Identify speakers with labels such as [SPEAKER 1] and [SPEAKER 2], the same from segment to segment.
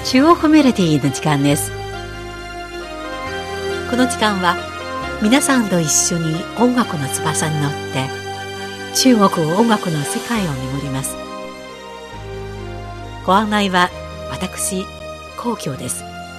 [SPEAKER 1] 中国メロディーの時間です。この時間は皆さんと一緒に音楽の翼に乗って中国音楽の世界を巡ります。ご案内は私、皇居です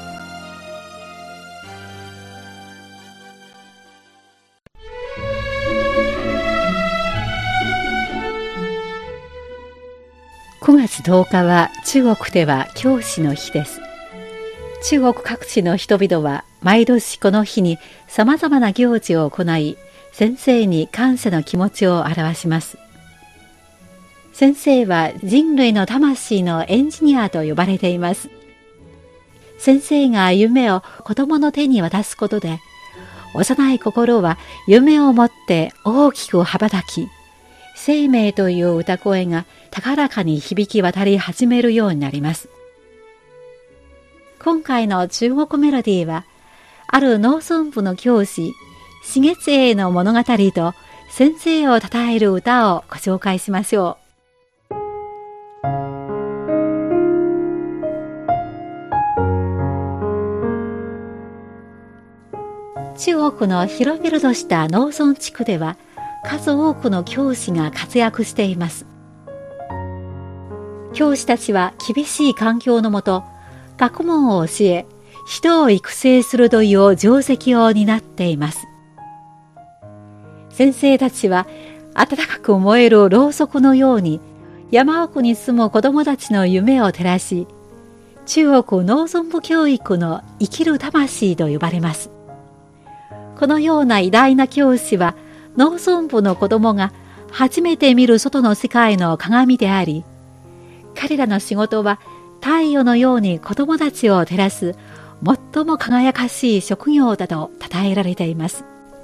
[SPEAKER 1] 。9月10日は中国では教師の日です。中国各地の人々は毎年この日にさまざまな行事を行い、先生に感謝の気持ちを表します。先生は人類の魂のエンジニアと呼ばれています。先生が夢を子供の手に渡すことで、幼い心は夢を持って大きく羽ばたき、生命という歌声が高らかに響き渡り始めるようになります。今回の中国メロディーは、ある農村部の教師、紫月英の物語と先生を称える歌をご紹介しましょう。中国の広々とした農村地区では、数多くの教師が活躍しています。教師たちは厳しい環境のもと、学問を教え、人を育成するという定石を担っています。先生たちは温かく燃えるろうそくのように山奥に住む子供たちの夢を照らし、中国農村部教育の生きる魂と呼ばれます。このような偉大な教師は、農村部の子供が初めて見る外の世界の鏡であり、彼らの仕事は太陽のように子供たちを照らす最も輝かしい職業だと称えられています。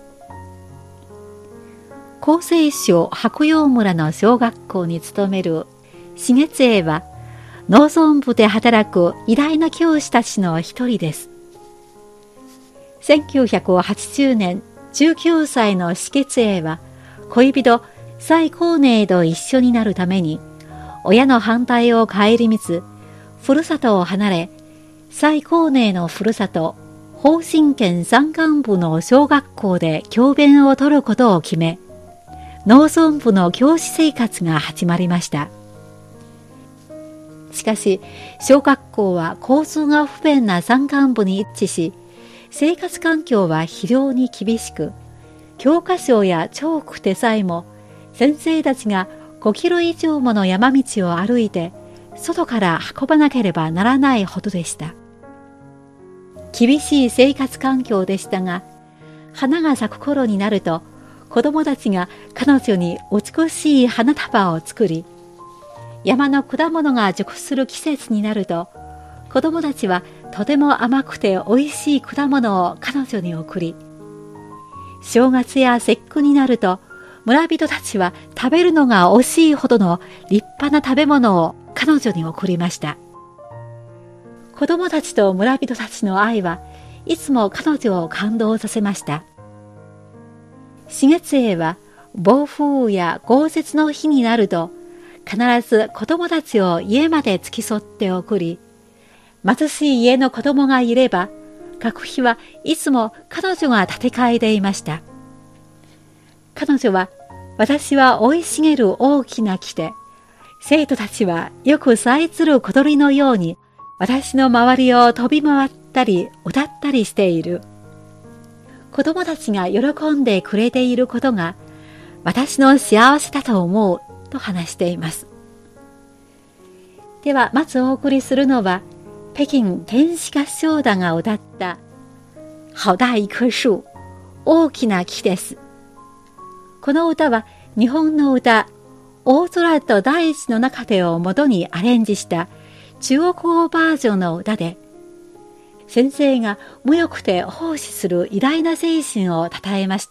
[SPEAKER 1] 広西省白楊村の小学校に勤める紫月英は、農村部で働く偉大な教師たちの一人です。1980年、19歳の紫月英は、恋人蔡光寧と一緒になるために、親の反対を顧みず、ふるさとを離れ、蔡光寧のふるさと、宝新県山間部の小学校で教鞭を取ることを決め、農村部の教師生活が始まりました。しかし、小学校は交通が不便な山間部に位置し、生活環境は非常に厳しく、教科書やチョークでさえも先生たちが5キロ以上もの山道を歩いて外から運ばなければならないほどでした。厳しい生活環境でしたが、花が咲く頃になると子供たちが彼女に美しい花束を作り、山の果物が熟する季節になると子供たちはとても甘くておいしい果物を彼女に送り、正月や節句になると村人たちは食べるのが惜しいほどの立派な食べ物を彼女に送りました。子供たちと村人たちの愛はいつも彼女を感動させました。紫月英は暴風雨や豪雪の日になると必ず子供たちを家まで付き添って送り、貧しい家の子供がいれば学費はいつも彼女が立て替えていました。彼女は、私は生い茂る大きな木で、生徒たちはよくさえずる小鳥のように私の周りを飛び回ったり歌ったりしている。子供たちが喜んでくれていることが私の幸せだと思うと話しています。ではまずお送りするのは、北京天使合唱団が歌った好大一棵樹、大きな木です。この歌は日本の歌、大空と大地の中でを元にアレンジした中国語バージョンの歌で、先生が無欲で奉仕する偉大な精神を称えました。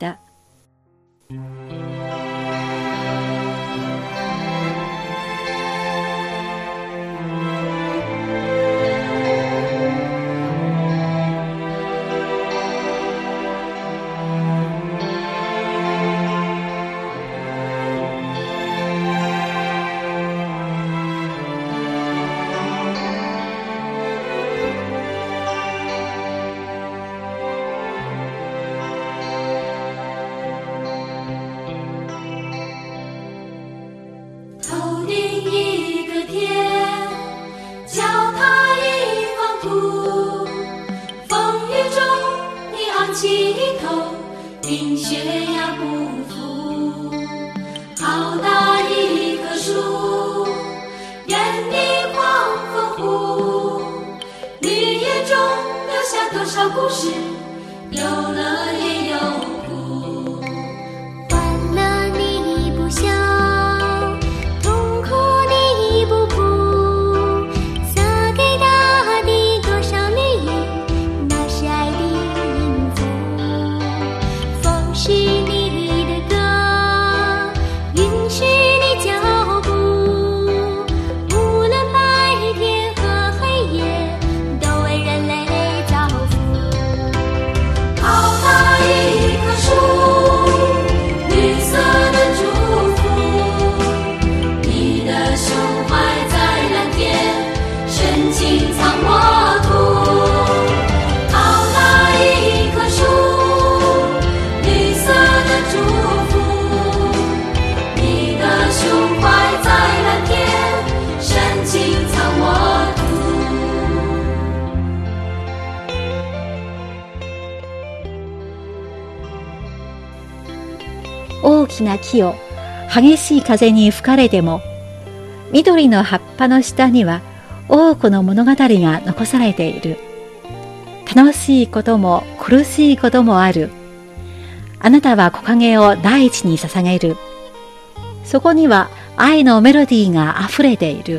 [SPEAKER 2] 冰雪呀不服，好大一棵树，任你狂风呼，绿叶中留下多少故事，有乐也有苦。
[SPEAKER 3] 欢乐你不笑，痛苦你不哭，洒给大地多少绿叶，那是爱的音符。风是你的歌，云是你脚步，无论白天和黑夜，都为人类造福。
[SPEAKER 2] 好大一棵树，绿色的祝福，你的胸怀在蓝天，深情藏沃土。好大一棵树，绿色的祝福，你的胸怀在蓝天，深情藏沃土。
[SPEAKER 1] 大きな木を激しい風に吹かれても、緑の葉っぱの下には多くの物語が残されている。楽しいことも苦しいこともある。あなたは木陰を大地に捧げる。そこには愛のメロディーがあふれている。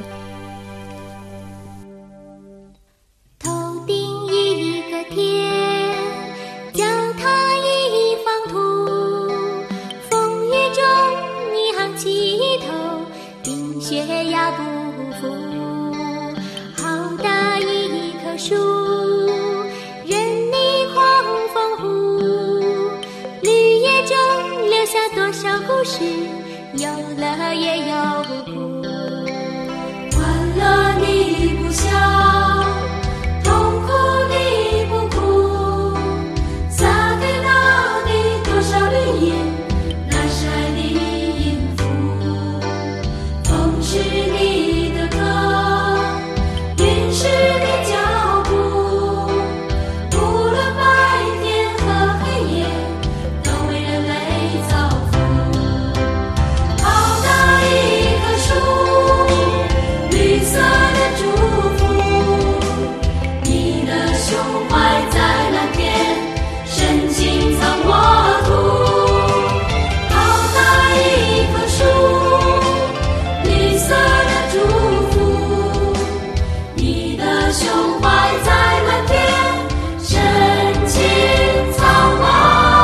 [SPEAKER 3] 头顶一个天，脚踏一方土，风雨中你昂起头，冰雪呀不服。好大一棵树，任你狂风呼，绿叶中留下多少故事，有乐也有苦。
[SPEAKER 2] 欢乐你不笑，痛苦你不哭，洒给大地多少绿叶，那是爱的音符。风是你的歌，云是你脚步，无论白天和黑夜，都为人类造福。好大一棵树，绿色的祝福，你的胸怀在蓝天，深情藏沃土。好大一棵树，绿色的祝福，你的胸怀在蓝天，深情藏沃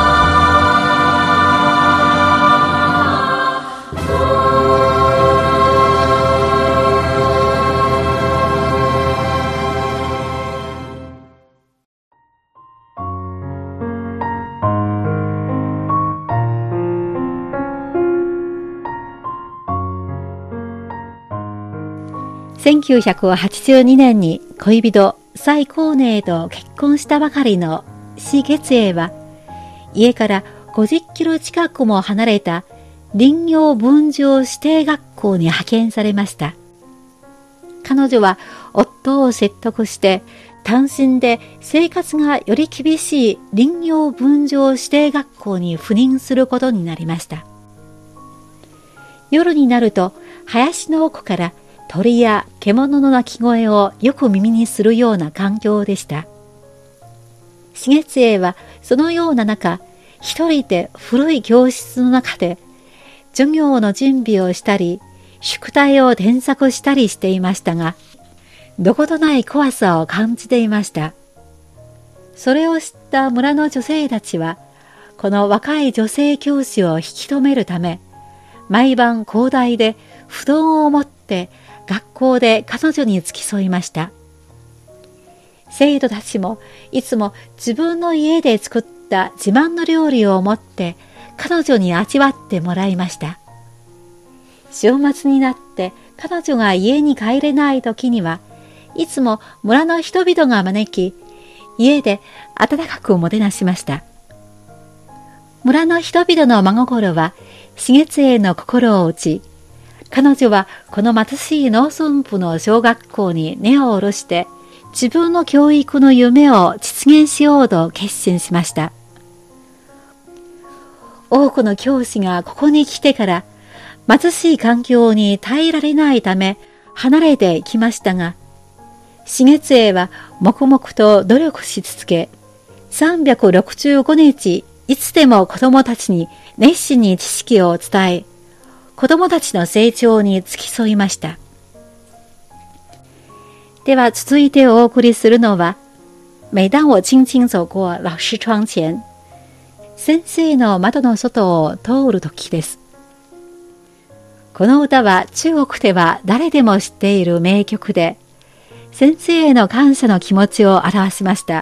[SPEAKER 2] 土。
[SPEAKER 1] 1982年に恋人蔡光寧と結婚したばかりの史月英は、家から50キロ近くも離れた林業分譲指定学校に派遣されました。彼女は夫を説得して単身で生活がより厳しい林業分譲指定学校に赴任することになりました。夜になると林の奥から鳥や獣の鳴き声をよく耳にするような環境でした。史月英はそのような中、一人で古い教室の中で授業の準備をしたり、宿題を添削したりしていましたが、どことない怖さを感じていました。それを知った村の女性たちは、この若い女性教師を引き止めるため、毎晩高台で布団を持って学校で彼女に付き添いました。生徒たちもいつも自分の家で作った自慢の料理を持って彼女に味わってもらいました。週末になって彼女が家に帰れない時には、いつも村の人々が招き、家で温かくもてなしました。村の人々の真心は史月英の心を打ち、彼女はこの貧しい農村部の小学校に根を下ろして自分の教育の夢を実現しようと決心しました。 多くの教師がここに来てから貧しい環境に耐えられないため離れてきましたが、紫月会は黙々と努力し続け、365日いつでも子供たちに熱心に知識を伝え、子供たちの成長に付き添いました。では続いてお送りするのは、每当我轻轻走过老師窗前、先生の窓の外を通るときです。この歌は中国では誰でも知っている名曲で、先生への感謝の気持ちを表しました。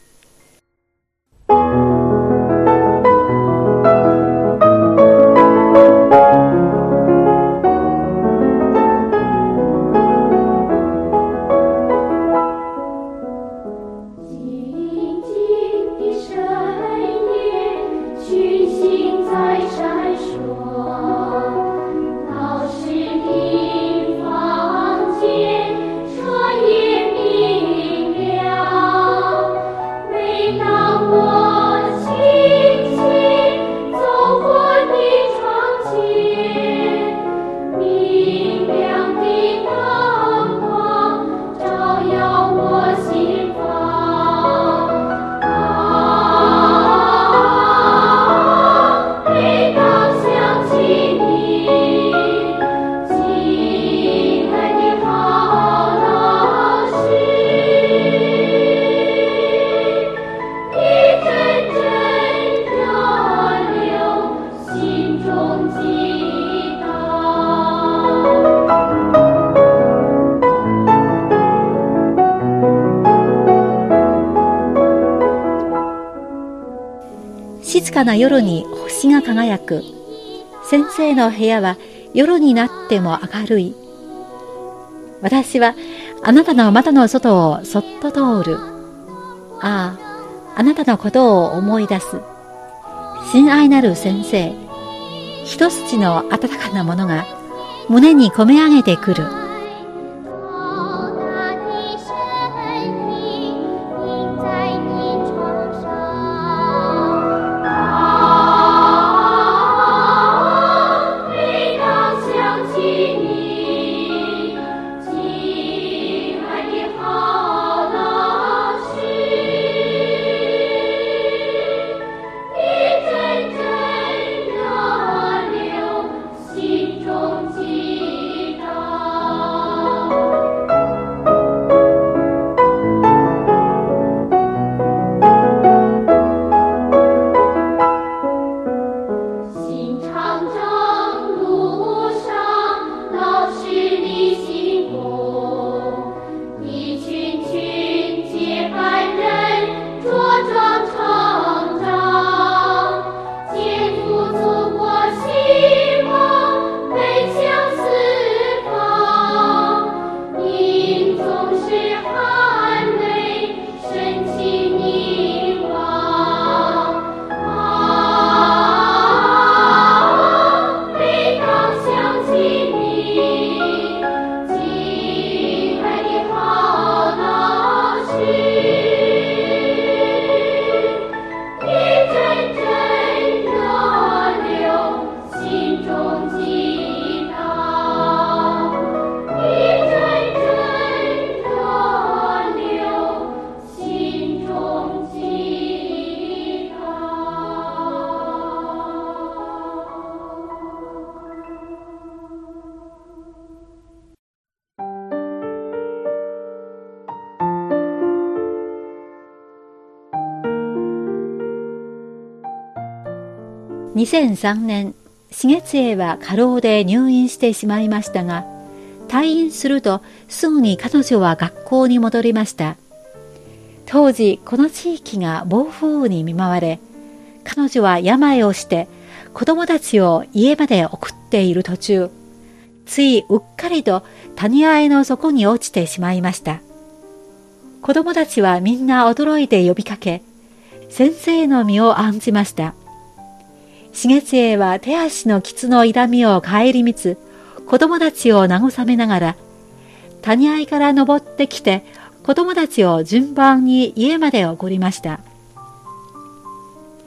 [SPEAKER 1] 静かな夜に星が輝く。先生の部屋は夜になっても明るい。私はあなたの窓の外をそっと通る。ああ、あなたのことを思い出す。親愛なる先生、一筋の温かなものが胸に込め上げてくる。2003年、紫月会は過労で入院してしまいましたが、退院するとすぐに彼女は学校に戻りました。当時この地域が暴風雨に見舞われ、彼女は病をして子供たちを家まで送っている途中、ついうっかりと谷あいの底に落ちてしまいました。子供たちはみんな驚いて呼びかけ、先生の身を案じました。紫月会は手足の傷の痛みを顧みつ、子供たちを慰めながら、谷あいから登ってきて、子供たちを順番に家まで送りました。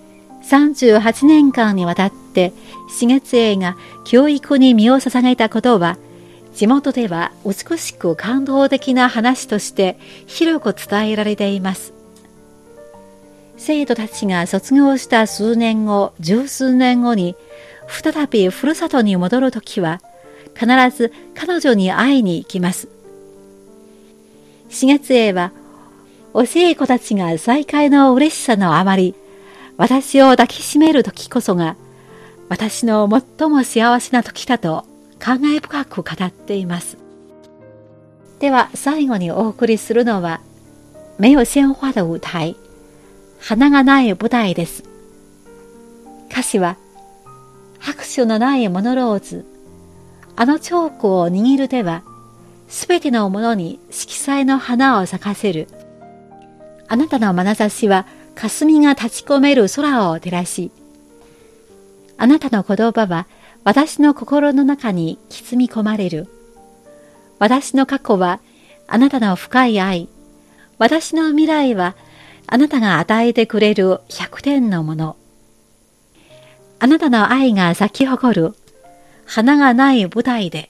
[SPEAKER 1] 38年間にわたって紫月英が教育に身を捧げたことは、地元では美しく感動的な話として広く伝えられています。生徒たちが卒業した数年後、十数年後に再びふるさとに戻るときは、必ず彼女に会いに行きます。紫月英は、教え子たちが再会の嬉しさのあまり、私を抱きしめるときこそが、私の最も幸せなときだと感慨深く語っています。では最後にお送りするのは、没有鮮花的舞台、花がない舞台です。歌詞は、拍手のないモノローズ、あのチョークを握る手は、すべてのものに色彩の花を咲かせる。あなたの眼差しは、霞が立ち込める空を照らし、あなたの言葉は私の心の中に包み込まれる。私の過去はあなたの深い愛、私の未来はあなたが与えてくれる100点のもの。あなたの愛が咲き誇る花がない舞台で。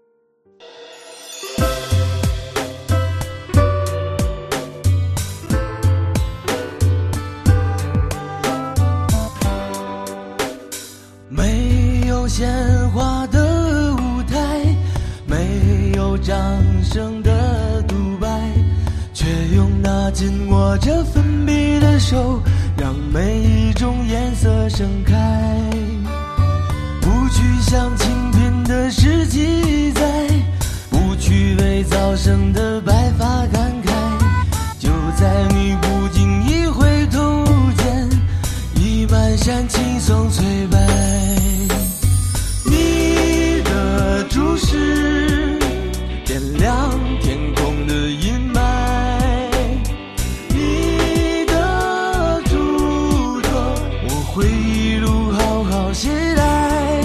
[SPEAKER 4] 没有鲜花的舞台，没有掌声的独白，却用那紧握着粉笔的手，让每一种颜色盛开。不去想清贫的是记载，不去为早生的白发感慨，就在你不经意回头间，已满山青松翠白。你的注视点亮天空的阴霾，你的著作我会一路好好写来。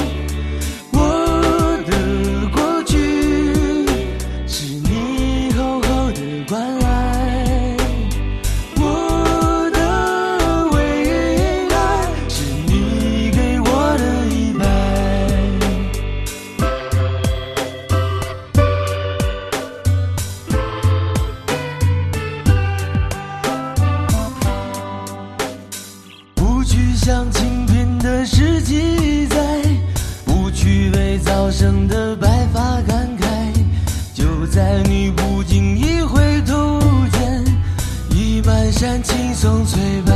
[SPEAKER 4] 我的过去是你厚厚的关爱，我的未来是你给我的一半。不去想清贫的是记载，不去为早生的白发感慨，就在你不经意回头间，已满山青松翠白。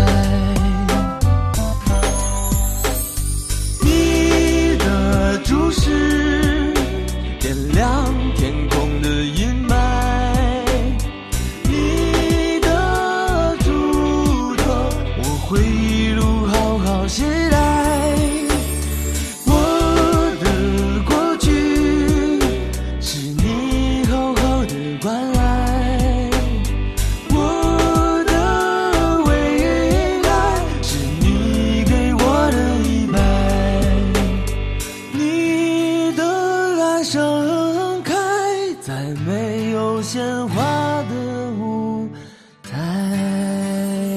[SPEAKER 4] 你的注视点亮天空的阴霾，你的著作我会一路好好写来。我的过去是你厚厚的关爱，我的未来是你给我的一半。你的爱盛开在没有鲜花的舞台。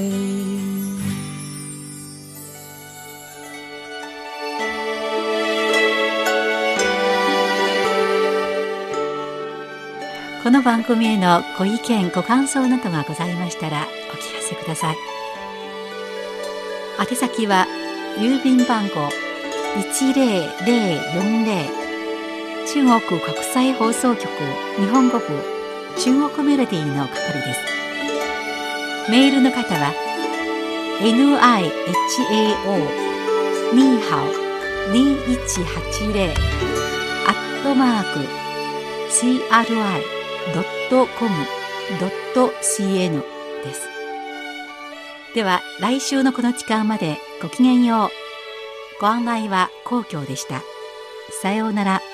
[SPEAKER 1] この番組へのご意見ご感想などがございましたらお聞かせください。宛先は郵便番号 10040 中国国際放送局日本語部中国メロディーの係です。メールの方は nihao ニーハオ2180 @cri.com.cn です。では来週のこの時間までごきげんよう。ご案内は皇居でした。さようなら。